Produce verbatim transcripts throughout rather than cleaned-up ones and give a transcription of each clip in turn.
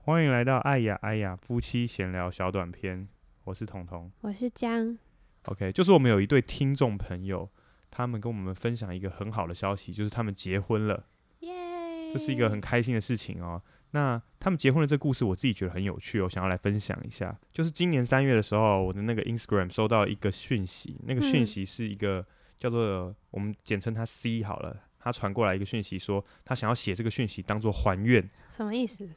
欢迎来到爱呀爱呀夫妻闲聊小短片，我是彤彤， 我是江。 OK， 就是我们有一对听众朋友，他们跟我们分享一个很好的消息，就是他们结婚了， 耶！ 这是一个很开心的事情哦。那他们结婚的这故事，我自己觉得很有趣，我想要来分享一下。就是今年三月的时候，我的那个 Instagram 收到一个讯息，那个讯息是一个、嗯、叫做我们简称他 C 好了，他传过来一个讯息说，他想要写这个讯息当做还愿。 什么意思？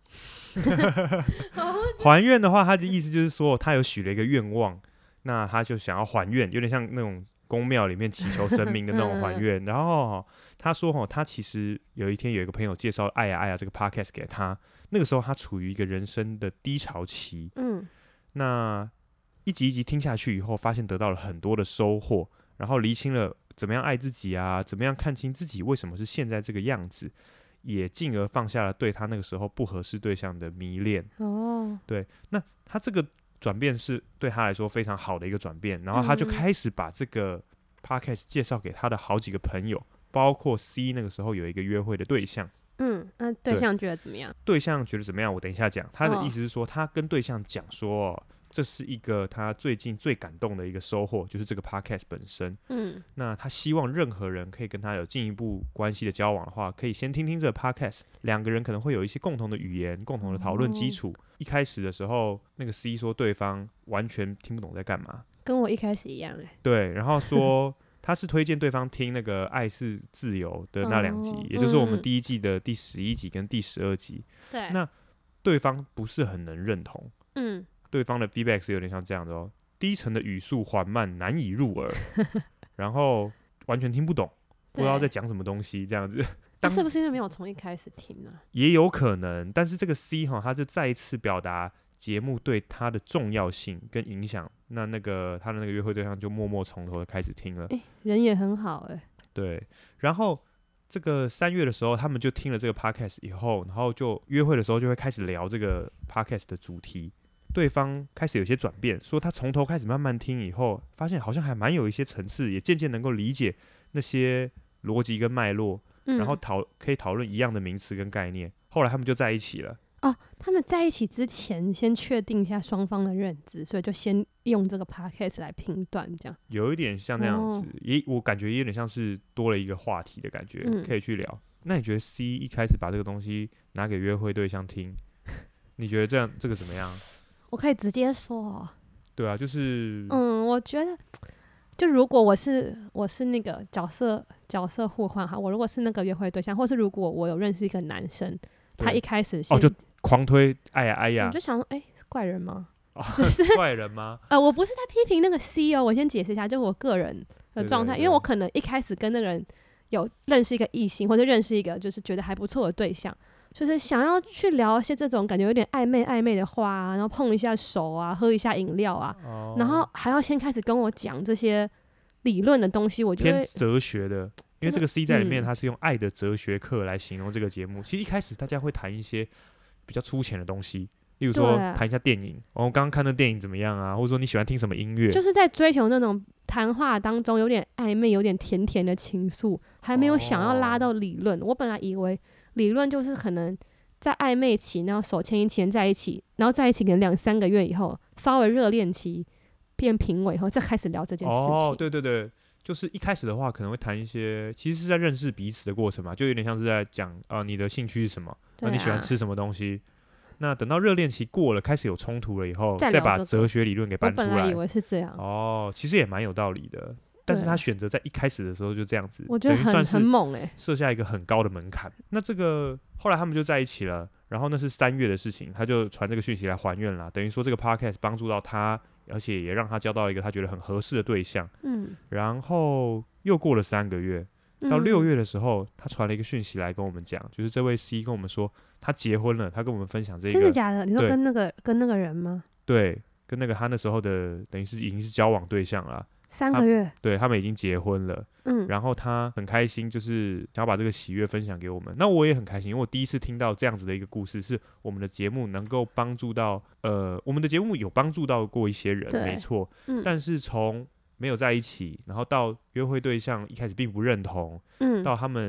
还愿的话，他的意思就是说，他有许了一个愿望，那他就想要还愿，有点像那种宫庙里面祈求神明的那种还愿。然后他说，他其实有一天有一个朋友介绍《爱呀爱呀》这个 podcast 给他，那个时候他处于一个人生的低潮期。嗯，那一集一集听下去以后，发现得到了很多的收获，然后厘清了怎么样爱自己啊，怎么样看清自己为什么是现在这个样子。也进而放下了对他那个时候不合适对象的迷恋。哦，对，那他这个转变是对他来说非常好的一个转变，然后他就开始把这个 podcast 介绍给他的好几个朋友，包括 C 那个时候有一个约会的对象。 嗯，那对象觉得怎么样？ 对象觉得怎么样？我等一下讲。他的意思是说，他跟对象讲说、哦，这是一个他最近最感动的一个收获，就是这个 podcast 本身。嗯，那他希望任何人可以跟他有进一步关系的交往的话，可以先听听这个 podcast， 两个人可能会有一些共同的语言、共同的讨论基础。哦、一开始的时候，那个 C 说对方完全听不懂在干嘛， 跟我一开始一样哎。 对，然后说他是推荐对方听那个《爱是自由》的那两集，哦、也就是我们第一季的第十一集跟第十二集。 对， 那对方不是很能认同。嗯。对方的 feedback 是有点像这样的哦，低沉的语速缓慢，难以入耳，然后完全听不懂，不知道在讲什么东西，这样子。 那是不是因为没有从一开始听呢、啊？ 也有可能，但是这个 C 哈，他就再一次表达节目对他的重要性跟影响。那那个他的那个约会对象就默默从头的开始听了， 欸、人也很好哎、欸。 对，然后这个三月的时候，他们就听了这个 podcast 以后，然后就约会的时候就会开始聊这个 podcast 的主题。对方开始有些转变，说他从头开始慢慢听以后，发现好像还蛮有一些层次，也渐渐能够理解那些逻辑跟脉络，嗯、然后讨可以讨论一样的名词跟概念。后来他们就在一起了。 哦，他们在一起之前先确定一下双方的认知，所以就先用这个 podcast 来评断，这样有一点像那样子，哦、也我感觉也有点像是多了一个话题的感觉，嗯、可以去聊。那你觉得 C 一开始把这个东西拿给约会对象听，你觉得这样这个怎么样？ 我可以直接说， 对啊，就是嗯，我觉得，就如果我是我是那个角色角色互换哈，我如果是那个约会对象，或是如果我有认识一个男生，他一开始先哦就狂推哎呀哎呀， 我就想说，哎、欸，是怪人吗？ 哦、 就是怪人吗？ 呃，我不是在批评那个 C 哦，我先解释一下，就我个人的状态，因为我可能一开始跟那个人有认识一个异性，或者认识一个就是觉得还不错的对象。就是想要去聊一些这种感觉有点暧昧暧昧的话啊，然后碰一下手啊，喝一下饮料啊，哦、然后还要先开始跟我讲这些理论的东西，我就会偏哲学的。因为这个 C 在里面，他是用爱的哲学课来形容这个节目。嗯、其实一开始大家会谈一些比较粗浅的东西，例如说谈一下电影，我、哦、刚刚看的电影怎么样啊，或者说你喜欢听什么音乐， 就是在追求那种谈话当中有点暧昧、有点甜甜的情愫，还没有想要拉到理论。哦、我本来以为理论就是可能在暧昧期，然后手牵一牵在一起，然后在一起可能两三个月以后，稍微热恋期变平稳以后，再开始聊这件事情。 哦，对对对，就是一开始的话可能会谈一些，其实是在认识彼此的过程嘛，就有点像是在讲啊、呃、你的兴趣是什么，那、啊、你喜欢吃什么东西。那等到热恋期过了，开始有冲突了以后，再, 再把哲学理论给搬出来。 我本来以为是这样。 哦，其实也蛮有道理的。但是他选择在一开始的时候就这样子， 我觉得很很猛哎， 设下一个很高的门槛。那这个后来他们就在一起了，然后那是三月的事情，他就传这个讯息来还愿了，等于说这个 podcast 帮助到他，而且也让他交到一个他觉得很合适的对象。嗯，然后又过了三个月，到六月的时候，他传了一个讯息来跟我们讲，就是这位 C 跟我们说他结婚了，他跟我们分享这个。 真的假的？你说跟那个跟那个人吗？ 对，跟那个他那时候的等于是已经是交往对象了。 三个月， 他对他们已经结婚了，嗯，然后他很开心，就是想要把这个喜悦分享给我们。那我也很开心，因为我第一次听到这样子的一个故事，是我们的节目能够帮助到，呃，我们的节目有帮助到过一些人，没错，嗯，但是从没有在一起，然后到约会对象一开始并不认同，嗯，到他们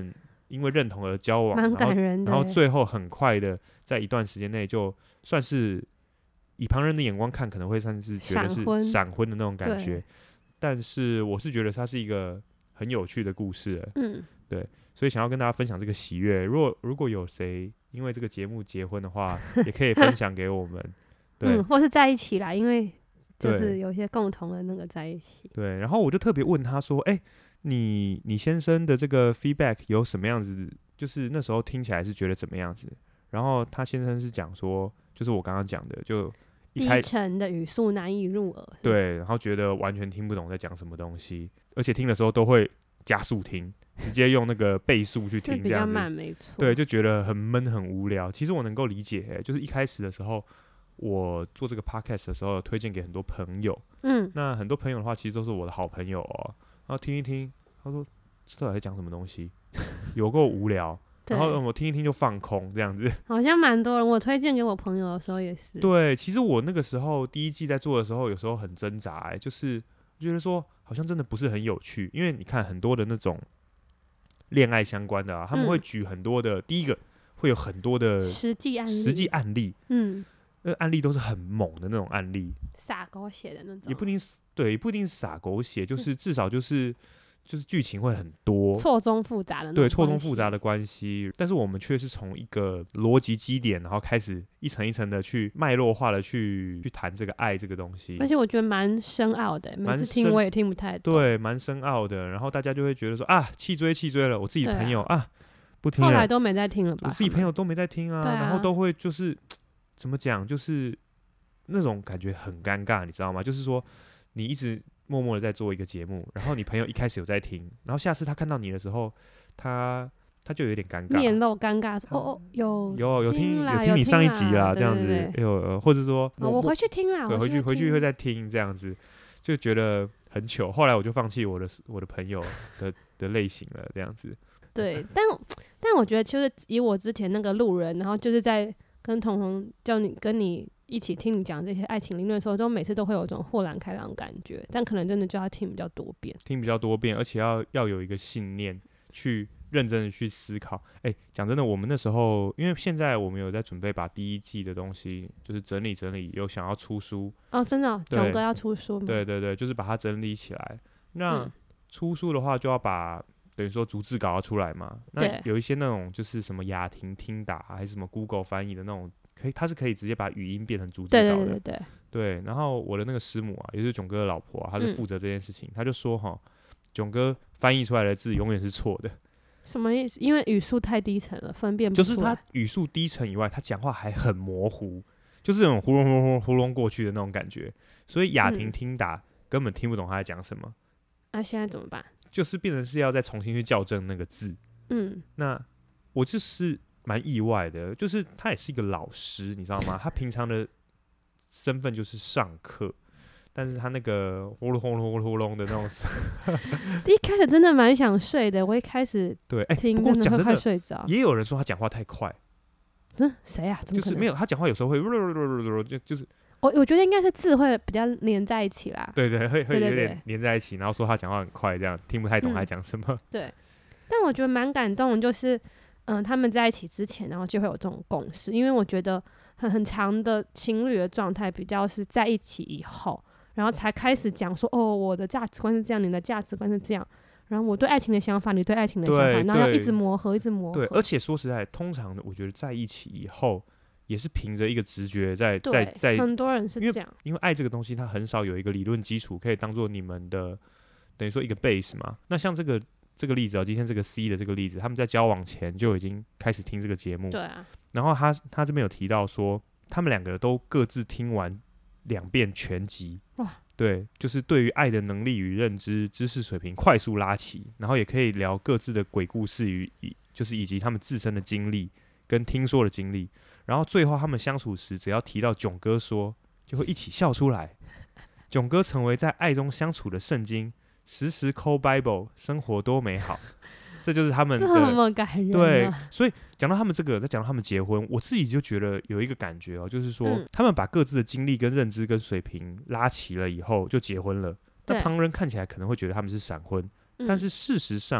因为认同而交往， 蛮感人的， 然后，然后最后很快的在一段时间内就算是以旁人的眼光看，可能会算是觉得是闪婚的那种感觉，但是我是觉得它是一个很有趣的故事，嗯，对，所以想要跟大家分享这个喜悦。如果如果有谁因为这个节目结婚的话，也可以分享给我们，对， 嗯，或是在一起啦，因为就是有一些共同的那个在一起。 对，然后我就特别问他说：“哎、欸，你你先生的这个 feedback 有什么样子？就是那时候听起来是觉得怎么样子？”然后他先生是讲说，就是我刚刚讲的，就一开低沉的语速难以入耳， 对，然后觉得完全听不懂在讲什么东西，而且听的时候都会加速听，直接用那个倍速去听， 是比较慢，没错。 对，就觉得很闷很无聊。其实我能够理解、欸，就是一开始的时候。我做这个 podcast 的时候，推荐给很多朋友。嗯，那很多朋友的话，其实都是我的好朋友哦。然后听一听，他说这到底在讲什么东西，有够无聊。然后我听一听就放空，这样子。 好像蛮多人，我推荐给我朋友的时候也是。 对，其实我那个时候第一季在做的时候，有时候很挣扎、欸，就是觉得说好像真的不是很有趣，因为你看很多的那种恋爱相关的啊，他们会举很多的，嗯、第一个会有很多的实际案例， 实际案例，嗯。那案例都是很猛的那种案例， 撒狗血的那种， 也不一定是对，也不一定是撒狗血，就是至少就是就是剧情会很多， 错综复杂的那种对错综复杂的关系，但是我们却是从一个逻辑基点，然后开始一层一层的去脉络化的去去谈这个爱这个东西， 而且我觉得蛮深奥的，每次听我也听不太懂， 对，蛮深奥的，然后大家就会觉得说啊，气追气追了，我自己朋友 啊, 啊不听了， 后来都没再听了吧， 我自己朋友都没在听 啊, 啊，然后都会就是。怎么讲？就是那种感觉很尴尬，你知道吗？就是说，你一直默默的在做一个节目，然后你朋友一开始有在听，然后下次他看到你的时候，他他就有点尴尬， 面露尴尬，说哦哦，有有有听有听你上一集啦，这样子， 对对对有或者说、 哦，我回去听啦， 对，回去回去会再听听这样子，就觉得很糗。后来我就放弃我的我的朋友的的类型了，这样子。 对，但但我觉得就是以我之前那个路人，然后就是在。跟彤彤叫你跟你一起听你讲这些爱情理论的时候，都每次都会有一种豁然开朗的感觉，但可能真的就要听比较多遍， 听比较多遍，而且要要有一个信念去认真的去思考。哎、欸，讲真的，我们那时候因为现在我们有在准备把第一季的东西就是整理整理，有想要出书哦，真的、哦，囧哥要出书吗？ 对对对，就是把它整理起来。那、嗯、出书的话，就要把。等于说逐字稿要出来嘛，那有一些那种就是什么雅婷听打还是什么 Google 翻译的那种，可以它是可以直接把语音变成逐字稿的， 对对对 对, 对。然后我的那个师母啊，也就是囧哥的老婆、啊，她就负责这件事情，她、嗯、就说哈，囧哥翻译出来的字永远是错的。 什么意思？因为语速太低沉了，分辨不出来。 就是他语速低沉以外，他讲话还很模糊，就是那种呼隆呼隆呼隆过去的那种感觉，所以雅婷听打、嗯、根本听不懂他在讲什么。 那、啊、现在怎么办？ 就是变成是要再重新去校正那个字，嗯，那我就是蛮意外的，就是他也是一个老师，你知道吗？他平常的身份就是上课，但是他那个呼噜呼噜呼噜呼隆的那种， 一开始真的蛮想睡的，我一开始对，哎、 听不过讲真的， 睡着。 也有人说他讲话太快， 嗯，谁啊？怎么可能？ 就是没有他讲话有时候会就就是。 我我觉得应该是字会比较连在一起啦， 对对，会会有点连在一起，然后说他讲话很快，这样听不太懂他讲什么、嗯。 对，但我觉得蛮感动的，就是嗯，他们在一起之前，然后就会有这种共识，因为我觉得很很长的情侣的状态比较是在一起以后，然后才开始讲说哦，我的价值观是这样，你的价值观是这样，然后我对爱情的想法，你对爱情的想法，然后要一直磨合，一直磨合。 对，而且说实在，通常的我觉得在一起以后。也是凭着一个直觉在在在， 很多人是这样， 因为爱这个东西，它很少有一个理论基础可以当做你们的等于说一个 base 嘛。那像这个这个例子啊，今天这个 C 的这个例子，他们在交往前就已经开始听这个节目， 对啊。 然后他他这边有提到说，他们两个都各自听完两遍全集，哇，对，就是对于爱的能力与认知、知识水平快速拉起，然后也可以聊各自的鬼故事与就是以及他们自身的经历跟听说的经历。然后最后他们相处时，只要提到囧哥说，就会一起笑出来。囧哥成为在爱中相处的圣经，时时抠 Bible， 生活多美好。这就是他们的， 这么感人、啊。 对，所以讲到他们这个，再讲到他们结婚，我自己就觉得有一个感觉哦，就是说、嗯、他们把各自的经历跟认知跟水平拉齐了以后就结婚了。那旁人看起来可能会觉得他们是闪婚，但是事实上，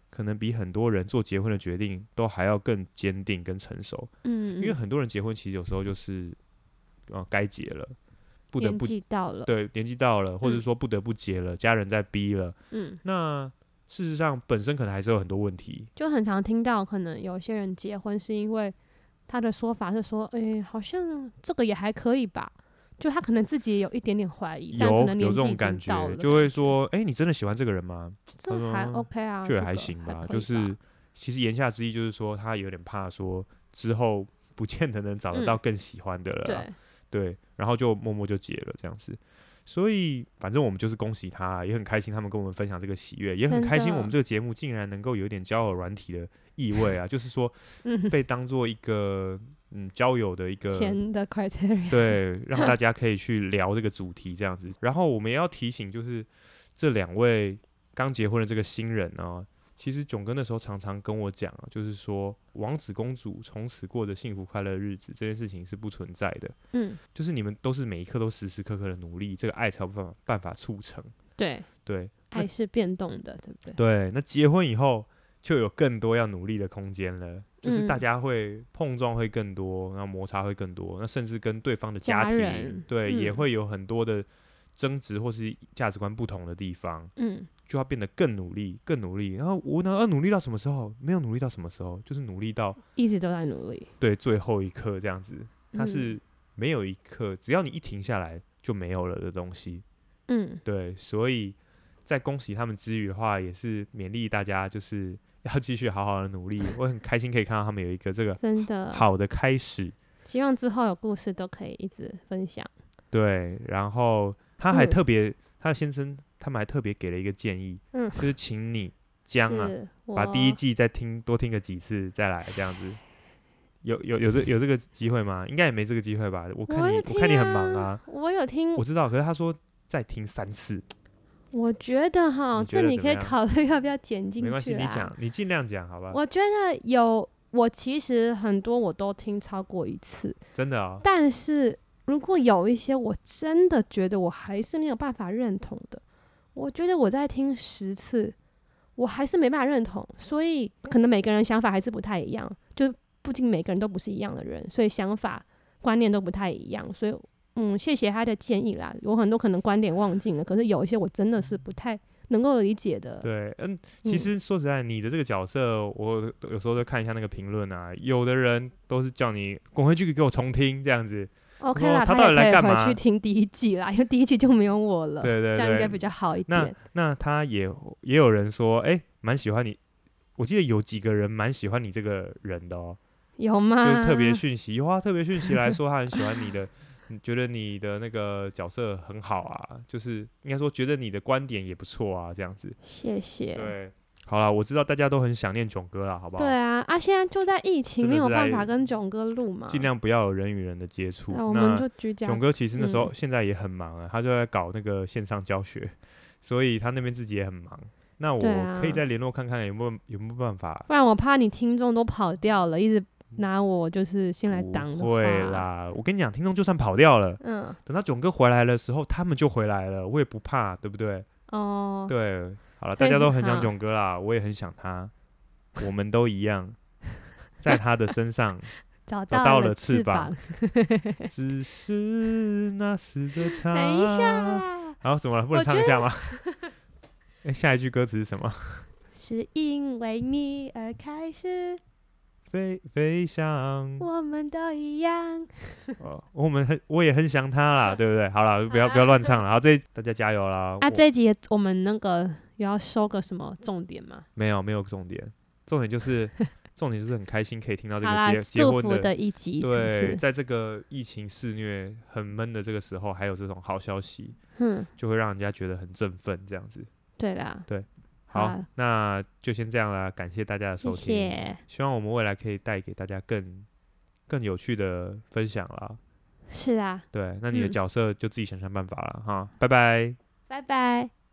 可能比很多人做结婚的决定都还要更坚定跟成熟。 嗯， 因为很多人结婚其实有时候就是呃该结了，不得不年纪到了， 对年纪到了，或者说不得不结了，家人在逼了， 嗯， 那事实上本身可能还是有很多问题。 就很常听到，可能有些人结婚是因为他的说法是说，哎、欸，好像这个也还可以吧。就他可能自己也有一点点怀疑，但可能年纪已经到了， 就会说，哎、欸，你真的喜欢这个人吗？ 这还 OK 啊， 就也还行吧。 这个、 就是其实言下之意就是说，他有点怕说之后不见得能找得到更喜欢的了啦、嗯，对，然后就默默就结了这样子。所以反正我们就是恭喜他，也很开心他们跟我们分享这个喜悦，也很开心我们这个节目竟然能够有一点交友软体的意味啊，就是说被当做一个。嗯，交友的一个钱的 criteria， 对，让大家可以去聊这个主题这样子。然后我们也要提醒，就是这两位刚结婚的这个新人啊，其实囧哥那时候常常跟我讲啊，就是说王子公主从此过着幸福快乐的日子，这件事情是不存在的。嗯，就是你们都是每一刻都时时刻刻的努力，这个爱才有办法办法促成。 对对， 爱是变动的，对不对？ 对，那结婚以后就有更多要努力的空间了。就是大家会碰撞会更多，然后摩擦会更多，那甚至跟对方的家庭家对、 嗯、 也会有很多的争执或是价值观不同的地方，嗯，就要变得更努力，更努力。然后我呢要努力到什么时候？没有努力到什么时候？就是努力到一直都在努力， 对，最后一刻这样子。它是没有一刻，只要你一停下来就没有了的东西，嗯，对。所以在恭喜他们之余的话，也是勉励大家，就是要继续好好的努力。我很开心可以看到他们有一个这个真的好的开始， 希望之后有故事都可以一直分享。 对，然后他还特别、嗯，他的先生他们还特别给了一个建议，嗯，就是请你将啊把第一季再听多听个几次再来这样子。有有有这有这个机会吗？应该也没这个机会吧。我看你我,、啊、 我看你很忙啊。 我有听， 我知道，可是他说再听三次。 我觉得哈，这你可以考虑要不要剪进去。 没关系，你讲，你尽量讲，好吧？ 我觉得有，我其实很多我都听超过一次， 真的啊、哦。 但是如果有一些我真的觉得我还是没有办法认同的，我觉得我在听十次，我还是没办法认同。所以可能每个人想法还是不太一样，就毕竟每个人都不是一样的人，所以想法观念都不太一样，所以。嗯，谢谢他的建议啦。有很多可能观点忘记了，可是有一些我真的是不太能够理解的。 对，嗯，其实说实在，你的这个角色，我有时候都看一下那个评论啊，有的人都是叫你滚回去给我重听这样子。 OK 啦， 他到底来干嘛？ 回去听第一季啦，因为第一季就没有我了。 对 对, 对， 这样应该比较好一点。 那那他也也有人说，哎、欸，蛮喜欢你。我记得有几个人蛮喜欢你这个人的哦。 有吗？ 就是特别讯息，有啊，特别讯息来说他很喜欢你的。你觉得你的那个角色很好啊，就是应该说觉得你的观点也不错啊，这样子。 谢谢。 对，好啦，我知道大家都很想念囧哥啦，好不好？ 对啊，啊，现在就在疫情，没有办法跟囧哥录嘛， 尽量不要有人与人的接触。 那我们就居家。 囧哥其实那时候、 嗯、 现在也很忙啊，他就在搞那个线上教学，所以他那边自己也很忙。那我可以再联络看看有没有有没有办法， 不然我怕你听众都跑掉了，一直。拿我就是先来挡的话， 不会啦！我跟你讲，听众就算跑掉了，嗯，等到囧哥回来的时候，他们就回来了，我也不怕，对不对？哦，对，好了，大家都很想囧哥啦，我也很想他，我们都一样，在他的身上找到了翅膀，只是那时的他。 等一下啦， 好，怎么了？不能唱一下吗？哎、欸，下一句歌词是什么？ 是因为你而开始。 飞飞翔， 我们都一样。 哦，我们很，我也很想他啦，对不对？好了，不要不要乱唱了。好，这大家加油啦！ 啊，这一集我们那个有要收个什么重点吗？ 没有，没有重点。重点就是重点就是很开心可以听到这个结结婚的祝福的一集是不是， 对，在这个疫情肆虐、很闷的这个时候，还有这种好消息，嗯，就会让人家觉得很振奋，这样子。 对啦， 对。好，好，那就先这样啦，感谢大家的收听， 谢谢， 希望我们未来可以带给大家更更有趣的分享啦。 是啊， 对，那你的角色就自己想想办法了、嗯、哈，拜拜， 拜拜。